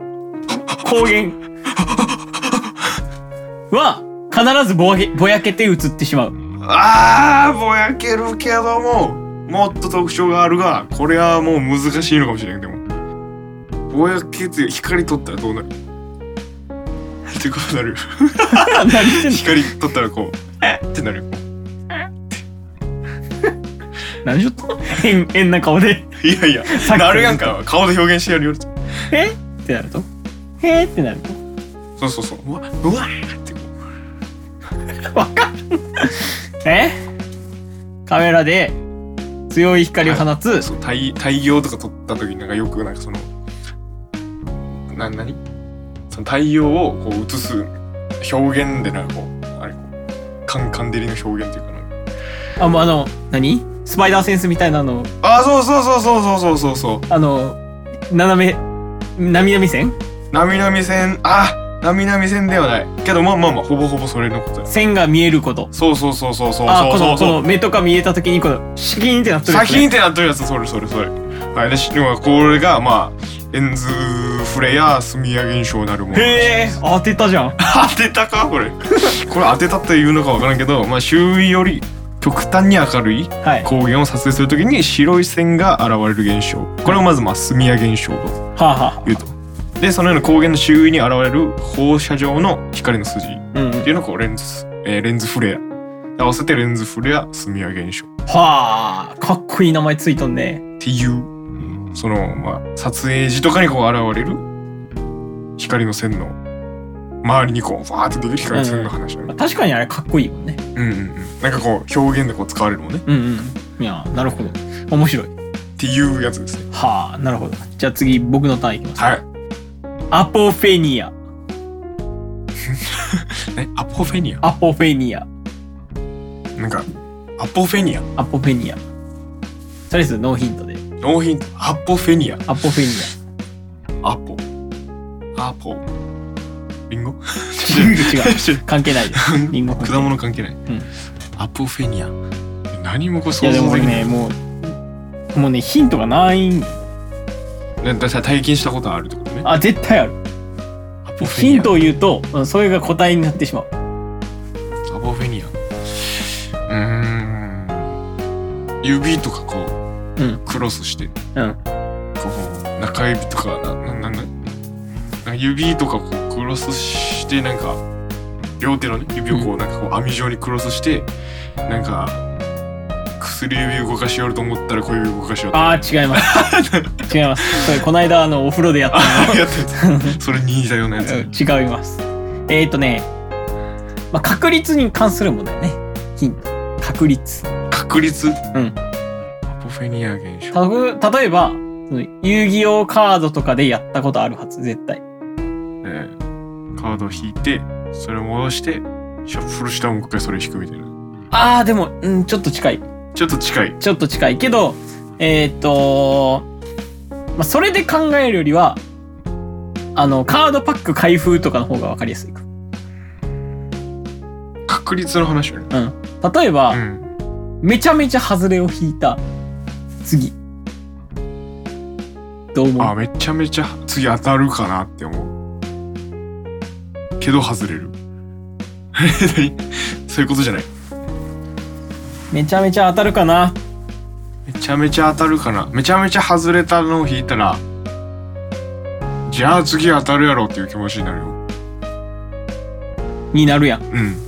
Speaker 1: は必ずぼやけて映ってしまう。
Speaker 2: ぼやけるけどもっと特徴があるが、これはもう難しいのかもしれん。でもぼやけて光取ったらどうなるってことになる。光取ったらこうってなる。
Speaker 1: 何ちょっと変な顔で。
Speaker 2: いやなるやんか。顔で表現してやるよ。
Speaker 1: ってなるとってなると
Speaker 2: そううわって
Speaker 1: わかる。カメラで強い光を放つ、
Speaker 2: 太陽とか撮った時になんかよくなんかそのその太陽をこう映す表現でなんかこうカンデリの表現っていうかな。
Speaker 1: スパイダーセンスみたいなの。
Speaker 2: そう
Speaker 1: 斜め線
Speaker 2: 波々線ではないけどほぼほぼそれのことや。
Speaker 1: 線が見えること。
Speaker 2: そう
Speaker 1: この目とか見えた時にこのシキーンってなっとるやつ、
Speaker 2: シキーンってなっとるやつ。それはいでこれがレンズフレアスミア現象なるもの。
Speaker 1: 当てたじゃん。
Speaker 2: 当てたかこれ当てたっていうのか分からんけど、周囲より極端に明るい光源を撮影するときに白い線が現れる現象、これをまずスミア現象というと。でそのような光源の周囲に現れる放射状の光の筋っていうのをこうレンズフレア合わせてレンズフレアスミア現象。
Speaker 1: かっこいい名前ついとんね。
Speaker 2: っていうその撮影時とかにこう現れる光の線の周りにこうファーってできる光の線の話だね。
Speaker 1: 確かにあれかっこいいもんね。
Speaker 2: なんかこう表現でこう使われるもんね。
Speaker 1: いやなるほど面白い。
Speaker 2: っていうやつですね。
Speaker 1: はあ、なるほど。じゃあ次僕のターンいきます。
Speaker 2: はい。
Speaker 1: アポフェニア。
Speaker 2: アポフェニア。
Speaker 1: アポフェニア。
Speaker 2: なんかアポフェニア。
Speaker 1: アポフェニア。とりあえずノーヒントで。
Speaker 2: ノーヒント。アポフェニア。
Speaker 1: アポフェニ
Speaker 2: ア。アポ。アポ。リンゴ？
Speaker 1: 違う。関係ないです。リンゴ。
Speaker 2: 果物関係ない。アポフェニア。何もこう想像できない。
Speaker 1: いやでもね、もうねヒントがないん。
Speaker 2: 体験したことあるってことね。
Speaker 1: あ、絶対ある。
Speaker 2: アポフェニア。
Speaker 1: ヒントを言うと、それが答えになってしまう。
Speaker 2: アポフェニア。指とかこう、クロスして、こう中指とかなん指とかこうクロスしてなんか両手のね指をこうなんかこう網状にクロスしてなんか薬指動かしようと思ったら小指動かしようと。
Speaker 1: ああ違います。違います。それこの間お風呂でやった
Speaker 2: の。それに似たようなやつ。
Speaker 1: 違います。まあ、確率に関するものだよね。ヒント。確率。
Speaker 2: 確率？
Speaker 1: うん。
Speaker 2: アポフェニア現象。
Speaker 1: 例えば遊戯王カードとかでやったことあるはず、絶対。
Speaker 2: カードを引いてそれを戻してシャッフルしたらもう一回それ引くみたいな。
Speaker 1: ああでもちょっと近い。ちょっと近いけどまあ、それで考えるよりはカードパック開封とかの方が分かりやすいか。
Speaker 2: 確率の話よね。
Speaker 1: 例えば、めちゃめちゃ外れを引いた次どう思う？
Speaker 2: めちゃめちゃ次当たるかなって思うけど外れる。そういうことじゃない。
Speaker 1: めちゃめちゃ当たるかな。
Speaker 2: めちゃめちゃ当たるかな。めちゃめちゃ外れたのを引いたらじゃあ次当たるやろっていう気持ちになるよ。
Speaker 1: になるやん。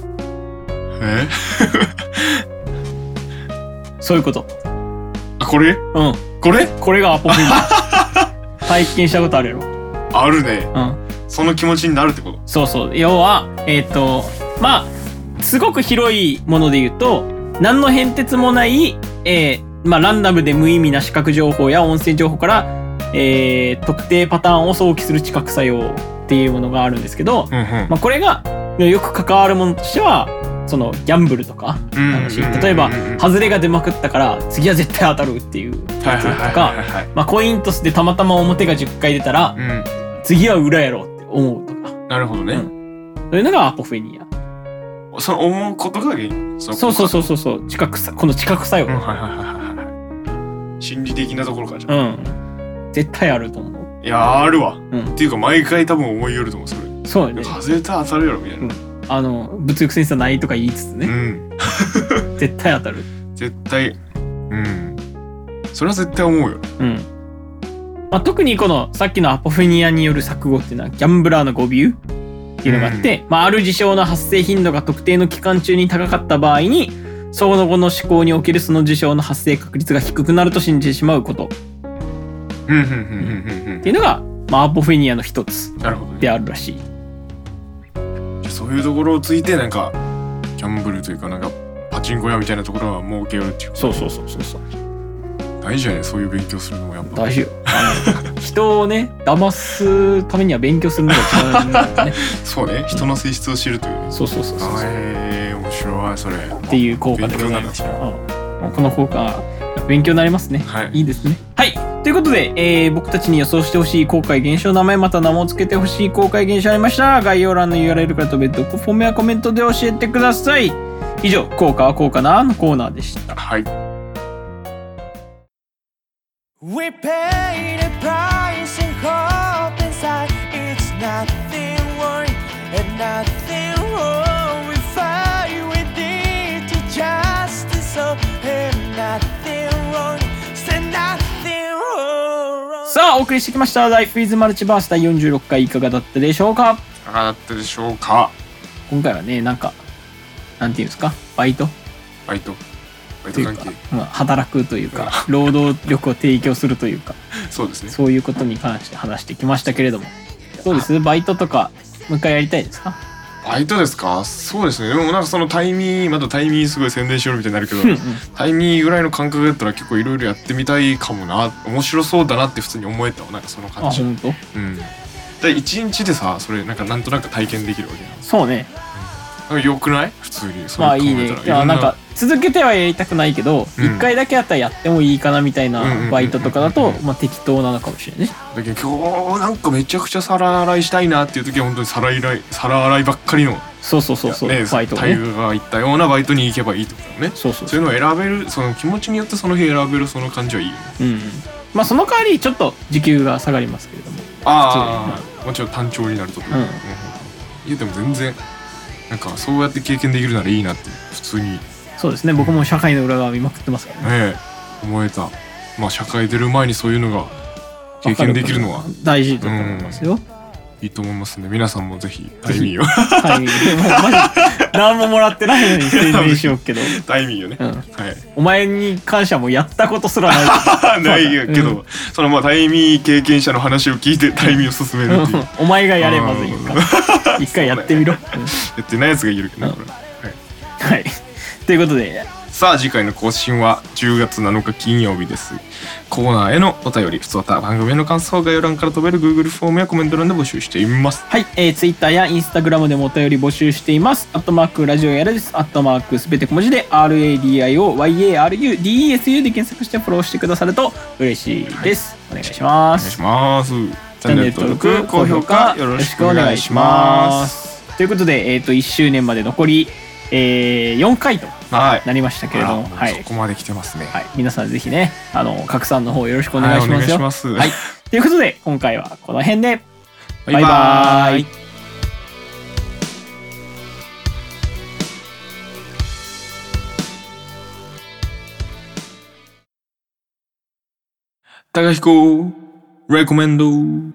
Speaker 1: そういうこと。
Speaker 2: これ？これが
Speaker 1: アポフェニア。体験したことあるやろ。
Speaker 2: あるね。その気持ちになるってこと？
Speaker 1: そう。要はまあすごく広いもので言うと何の変哲もないまあランダムで無意味な視覚情報や音声情報から、特定パターンを想起する知覚作用っていうものがあるんですけど、まあこれがよく関わるものとしてはそのギャンブルとか例えば外れが出まくったから次は絶対当たるっていうやつとか、まあコイントスでたまたま表が10回出たら、次は裏やろうって思うとか。
Speaker 2: なるほどね。
Speaker 1: そういうのがアポフェニア。
Speaker 2: その思うことが原因。
Speaker 1: そうこの知覚作用。
Speaker 2: 心理的なところからじゃん。
Speaker 1: 絶対あると思う。
Speaker 2: いやあるわ。っていうか毎回多分思いよると思うそれ。
Speaker 1: そうよね。
Speaker 2: 外れたら当たるやろみたいな。
Speaker 1: 物欲センサーないとか言いつつね。絶対当たる。
Speaker 2: 絶対。それは絶対思うよ。
Speaker 1: まあ、特にこのさっきのアポフェニアによる錯誤っていうのはギャンブラーの誤謬っていうのがあって、まあ、ある事象の発生頻度が特定の期間中に高かった場合にその後の思考におけるその事象の発生確率が低くなると信じてしまうことっていうのが、まあ、アポフェニアの一つであるらしい。
Speaker 2: そういうところをついてなんかギャンブルというかなんかパチンコ屋みたいなところは儲けよるっていう。そう大事やね。そういう勉強するのもやっぱ
Speaker 1: 大事よ。人をね騙すためには勉強するのが一番いいんだよね。
Speaker 2: そうね。人の性質を知るというね。
Speaker 1: そう。
Speaker 2: 面白いそれ。
Speaker 1: っていう効果でございます。この効果勉強になりますね。いいですね。はい。ということで、僕たちに予想してほしい公開現象名前また名も付けてほしい公開現象ありましたら概要欄の URL から飛べどこフォームやコメントで教えてください。以上、効果は効果なのコーナーでした。
Speaker 2: はい。
Speaker 3: We pay the price and hope inside. It's nothing worrying and nothing wrong. We fight with it to justice, so and nothing wrong. Say nothing wrong.
Speaker 1: さあ、お送りしてきました。Life is Multiverse 第46回いかがだったでしょうか？今回はね、なんていうんですか？バイト関係、働くというか労働力を提供するというか
Speaker 2: そうですね。
Speaker 1: そういうことに関して話してきましたけれども、そうです。バイトとかもう一回やりたいですか？
Speaker 2: バイトですか？そうですね。でもなんかそのタイミー、まだタイミーすごい宣伝しようみたいになるけどタイミーぐらいの感覚だったら結構いろいろやってみたいかもな、面白そうだなって普通に思えたわ。なんかその感じ。
Speaker 1: 本当？
Speaker 2: うん。で1日でさ、それなんとなく体験できるわけやん。
Speaker 1: そうね。
Speaker 2: よくない？普通に。
Speaker 1: まあいいね。いやなんか続けてはやりたくないけど、一回だけやったらやってもいいかなみたいなバイトとかだと、まあ適当なのかもしれないね。
Speaker 2: だけど今日なんかめちゃくちゃ皿洗いしたいなっていう時は本当に皿洗いばっかりの。
Speaker 1: そう、
Speaker 2: ね、
Speaker 1: バイトね。
Speaker 2: タイガが言ったようなバイトに行けばいいってことだよね。そういうのを選べる、その気持ちによってその日選べるその感じはいいよね。
Speaker 1: まあその代わりちょっと時給が下がりますけれども。
Speaker 2: もちろん単調になると思う。いやでも全然なんかそうやって経験できるならいいなって普通に。
Speaker 1: そうですね。僕も社会の裏側見まくってますからね。
Speaker 2: 思えた。まあ社会出る前にそういうのが経験できるのは
Speaker 1: 大事だと思いますよ。
Speaker 2: いいと思いますね。皆さんもぜひタイミーを。
Speaker 1: タイミー。もうマジ何ももらってないのに宣伝しようけど。
Speaker 2: タイミーよね。
Speaker 1: お前に感謝もやったことすらない。
Speaker 2: ないけど、そのまあタイミー経験者の話を聞いてタイミーを進めるっていう。
Speaker 1: お前がやれまずいいか。一回やってみろ。や
Speaker 2: ってないやつがいるけどね。
Speaker 1: はい。ということで。
Speaker 2: さあ次回の更新は10月7日金曜日です。コーナーへのお便り、普通は番組への感想、概要欄から飛べる Google フォームやコメント欄で募集しています。
Speaker 1: はい、Twitter や Instagram でもお便り募集しています。ラジオやらです。すべて小文字で RADIOYARUDESU で検索してフォローしてくださると嬉しいです。お願いします。
Speaker 2: お願いします。チャンネル登録、高評価よろしくお願いします。
Speaker 1: ということで、1周年まで残り4回となりましたけれども、
Speaker 2: そこまで来てますね。
Speaker 1: 皆さんぜひね、拡散の方よろしくお願いしますよ。はい。ということで今回はこの辺でバイバイ。
Speaker 2: 高彦レコメンド。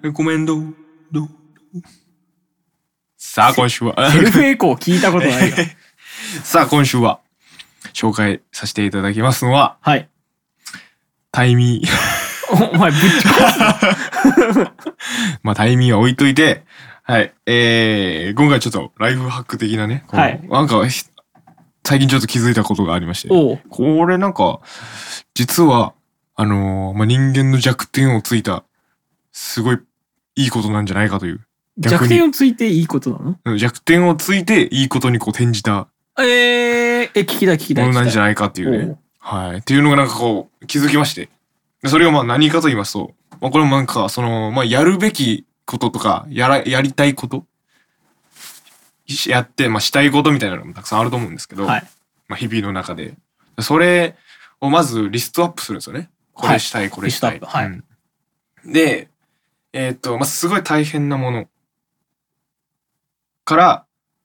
Speaker 2: さあ今週は
Speaker 1: セルフエコー聞いたことないよ。
Speaker 2: さあ今週は紹介させていただきますのは、タイミー。
Speaker 1: お前ぶっちゃ
Speaker 2: まあタイミーは置いといて、今回ちょっとライフハック的なね、なんか最近ちょっと気づいたことがありまして、これなんか実は人間の弱点をついたすごいいいことなんじゃないかという。
Speaker 1: 弱点をついていいことな
Speaker 2: の？弱点をついていいことに転じた。
Speaker 1: 聞きたい。
Speaker 2: ものなんじゃないかっていうね。っていうのがなんか気づきまして。それが何かと言いますと、これもなんかやるべきこととか、やりたいこと、やって、したいことみたいなのもたくさんあると思うんですけど、日々の中で。それをまずリストアップするんですよね。これしたい、これしたい。で、すごい大変なものから、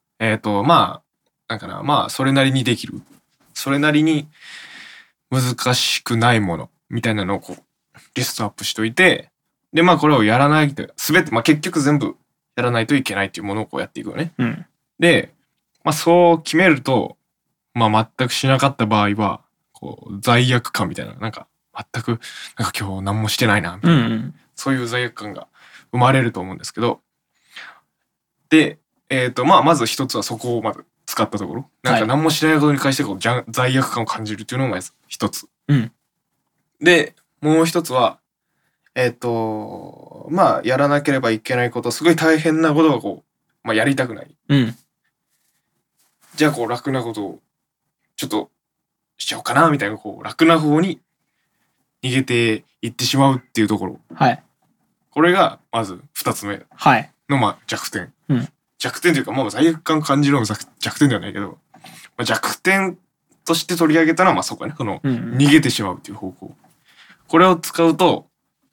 Speaker 2: それなりにできる。それなりに難しくないものみたいなのをリストアップしといて、で、これをやらないと、すべて、結局全部やらないといけないっていうものをやっていくよね。で、そう決めると、全くしなかった場合は、罪悪感みたいな、全く、今日何もしてないな、みたいな、そういう罪悪感が生まれると思うんですけど、で、まず一つはそこをまず使ったところ。何もしないことに関して罪悪感を感じるっていうのがまず一つ。で、もう一つは、やらなければいけないこと、すごい大変なことがやりたくない。じゃあ楽なことをちょっとしちゃおうかな、みたいな楽な方に逃げていってしまうっていうところ。これがまず二つ目の弱点。弱点というか、罪悪感感じるのも弱点ではないけど、弱点として取り上げたのは、そこね、逃げてしまうっていう方向。これを使うと、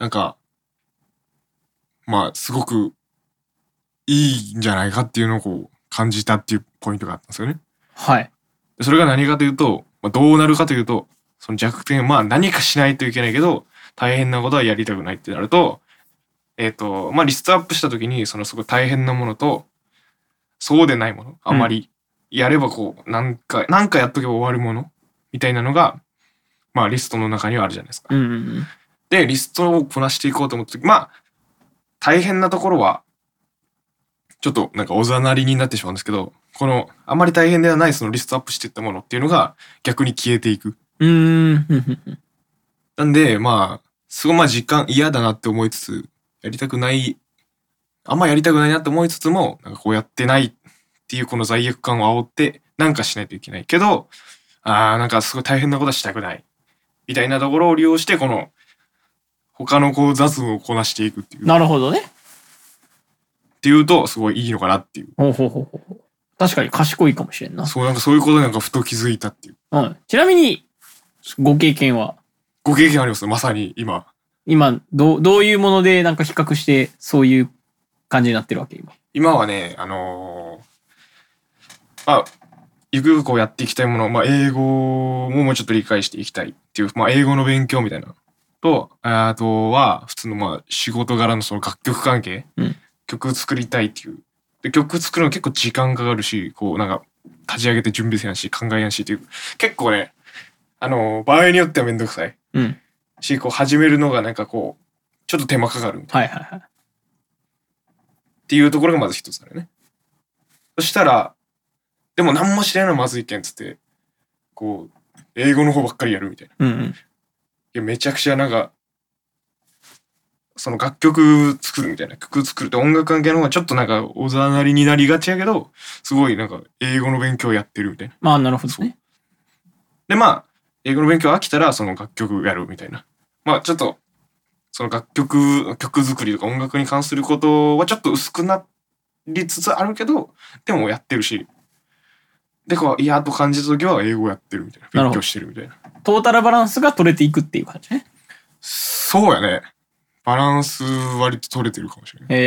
Speaker 2: すごくいいんじゃないかっていうのを感じたっていうポイントがあったんですよね。それが何かというと、どうなるかというと、その弱点、何かしないといけないけど、大変なことはやりたくないってなると、リストアップした時に、すごい大変なものと、そうでないもの、あまりやればなんかやっとけば終わるものみたいなのが、リストの中にはあるじゃないですか。で、リストをこなしていこうと思った時、大変なところは、 ちょっとなんかおざなりになってしまうんですけど、このあまり大変ではないそのリストアップしていったものっていうのが逆に消えていく。なんでまあすごいまあ時間嫌だなって思いつつ、やりたくないあんまやりたくないなって思いつつも、なんかこうやってないっていうこの罪悪感を煽ってなんかしないといけないけど、なんかすごい大変なことはしたくないみたいなところを利用して、この他のこう雑務をこなしていくっていう。
Speaker 1: なるほどね。
Speaker 2: っていうとすごいいいのかなっていう。
Speaker 1: 確かに賢いかもしれんな。
Speaker 2: そう、なんかそういうことになんかふと気づいたっていう。
Speaker 1: ちなみにご経験は？
Speaker 2: ご経験あります。まさに今
Speaker 1: どういうものでなんか比較してそういう感じになってるわけ
Speaker 2: 今はね、ゆくゆくこうやっていきたいもの、英語ももうちょっと理解していきたいっていう、英語の勉強みたいなと、あとは普通の仕事柄のその楽曲関係、曲作りたいっていう。で、曲作るの結構時間かかるし、こうなんか立ち上げて準備せやんし考えやんしっていう、結構ね、場合によってはめんどくさい。し、こう始めるのがなんかこうちょっと手間かかるみたいな。っていうところがまず一つあるね。そしたら、でも何もしないのはまずいけんつって、こう英語の方ばっかりやるみたいな。いやめちゃくちゃなんかその楽曲作るみたいな、曲作るって音楽関係の方がちょっとなんかおざなりになりがちやけど、すごいなんか英語の勉強やってるみたいな。
Speaker 1: なるほどね。
Speaker 2: で英語の勉強飽きたらその楽曲やるみたいな。ちょっとその曲作りとか音楽に関することはちょっと薄くなりつつあるけど、でもやってるし、でこう嫌と感じた時は英語やってるみたいな、勉強してるみたいな。
Speaker 1: トータルバランスが取れていくっていう感じね。
Speaker 2: そうやね。バランス割と取れてるかもしれない。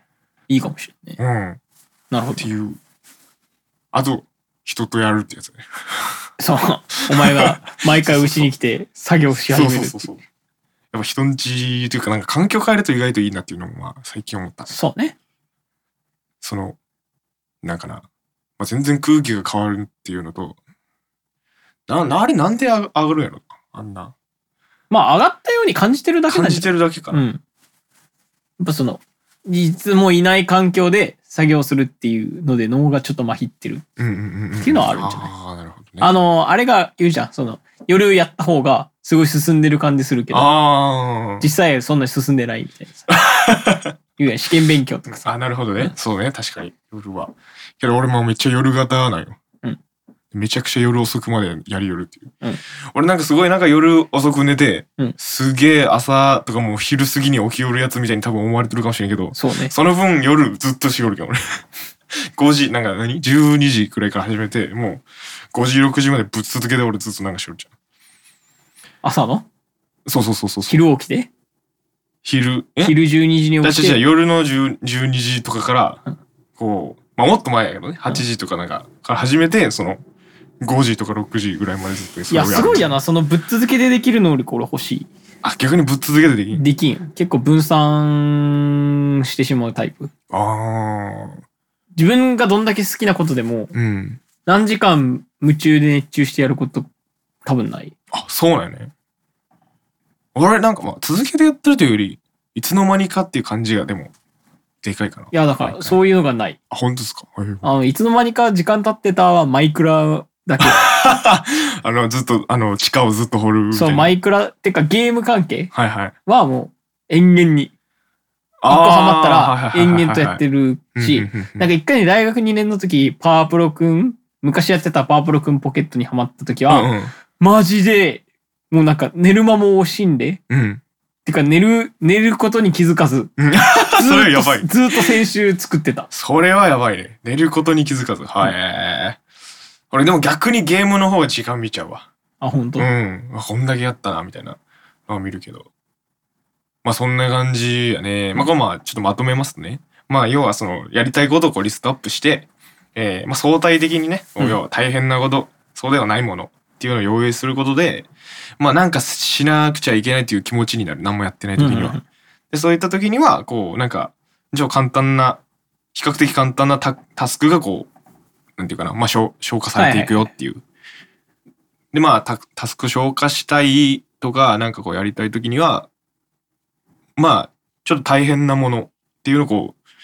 Speaker 1: いいかもしれないね。なるほど。
Speaker 2: っていう。あと人とやるってやつね。
Speaker 1: そう、お前が毎回うちに来て作業し始める。
Speaker 2: そう。やっぱ人んちというかなんか環境変えると意外といいなっていうのも最近思った。
Speaker 1: そうね。
Speaker 2: そのなんかな、全然空気が変わるっていうのと、あれなんで上がるんやろ、あんな。
Speaker 1: 上がったように感じてるだけ
Speaker 2: 感じてるだけかな。
Speaker 1: やっぱそのいつもいない環境で作業するっていうので脳がちょっと麻痺ってるっていうのはあるんじゃない？
Speaker 2: なるほどね。あ
Speaker 1: れが言うじゃん、その夜やった方がすごい進んでる感じするけど、実際そんなに進んでないみたいなさ。言うやん、試験勉強とかさ。
Speaker 2: なるほどね。そうね、確かに夜は。けど俺もめっちゃ夜型なんよ。めちゃくちゃ夜遅くまでやりよるっていう。俺なんかすごいなんか夜遅く寝て、すげえ朝とかもう昼過ぎに起きよるやつみたいに多分思われてるかもしれんけど、
Speaker 1: そうね。
Speaker 2: その分夜ずっとしよるけど俺。5時、なんか12時くらいから始めて、もう5時、6時までぶっ続けて俺ずっとなんかしよるじゃん。
Speaker 1: 朝の？
Speaker 2: そう。
Speaker 1: 昼起きて？昼12時に起きて。
Speaker 2: 夜の12時とかから、こう、もっと前やけどね、8時とかなんかから始めて、その、5時とか6時ぐらいまでずっと
Speaker 1: それをやる。いや、すごいやな。そのぶっ続けでできる能力俺欲しい。
Speaker 2: 逆にぶっ続けてできん？
Speaker 1: できん。結構分散してしまうタイプ。自分がどんだけ好きなことでも、何時間夢中で熱中してやること多分ない。
Speaker 2: そうなんやね。俺なんか続けてやってるというより、いつの間にかっていう感じがでも、でかいかな。
Speaker 1: いや、だからそういうのがない。
Speaker 2: 本当ですか？
Speaker 1: いつの間にか時間経ってたはマイクラだけ。
Speaker 2: ずっと、地下をずっと掘るみたいな。
Speaker 1: そう、マイクラってかゲーム関係
Speaker 2: は
Speaker 1: もう延々に。一個ハマったら延々とやってるし、なんか一回に大学2年の時、パワープロくん、昔やってたパワープロくんポケットにハマった時は、マジで、もうなんか寝る間も惜しんで、てか寝ることに気づかず、
Speaker 2: それはやばい。
Speaker 1: ずっと先週作ってた。
Speaker 2: それはやばいね。寝ることに気づかず。俺でも逆にゲームの方が時間見ちゃうわ。
Speaker 1: 本当？
Speaker 2: こんだけやったなみたいなのを見るけど。そんな感じやね。これちょっとまとめますね。要はそのやりたいことをこうリストアップして、相対的にね、要は大変なこと、そうではないものっていうのを用意することで、なんかしなくちゃいけないという気持ちになる。何もやってない時には。で、そういった時には、こう、なんか、比較的簡単なタスクがこう、なんていうかな、消化されていくよっていう。で、タスク消化したいとか、なんかこうやりたい時には、ちょっと大変なものっていうのをこ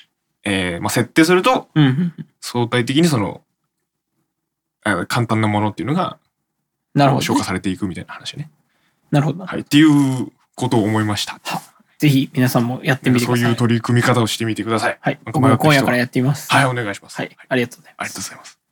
Speaker 2: 設定すると、
Speaker 1: うんうん
Speaker 2: 相対的にその、簡単なものっていうのが、
Speaker 1: なるほど、
Speaker 2: 消化されていくみたいな話ね。
Speaker 1: なるほど。
Speaker 2: はい。っていうことを思いました。
Speaker 1: ぜひ皆さんもやってみてください。
Speaker 2: そういう取り組み方をしてみてください。
Speaker 1: はい。僕も今夜からやってみます。
Speaker 2: はい、お願いします。
Speaker 1: はい。ありがとうございます。
Speaker 2: ありがとうございます。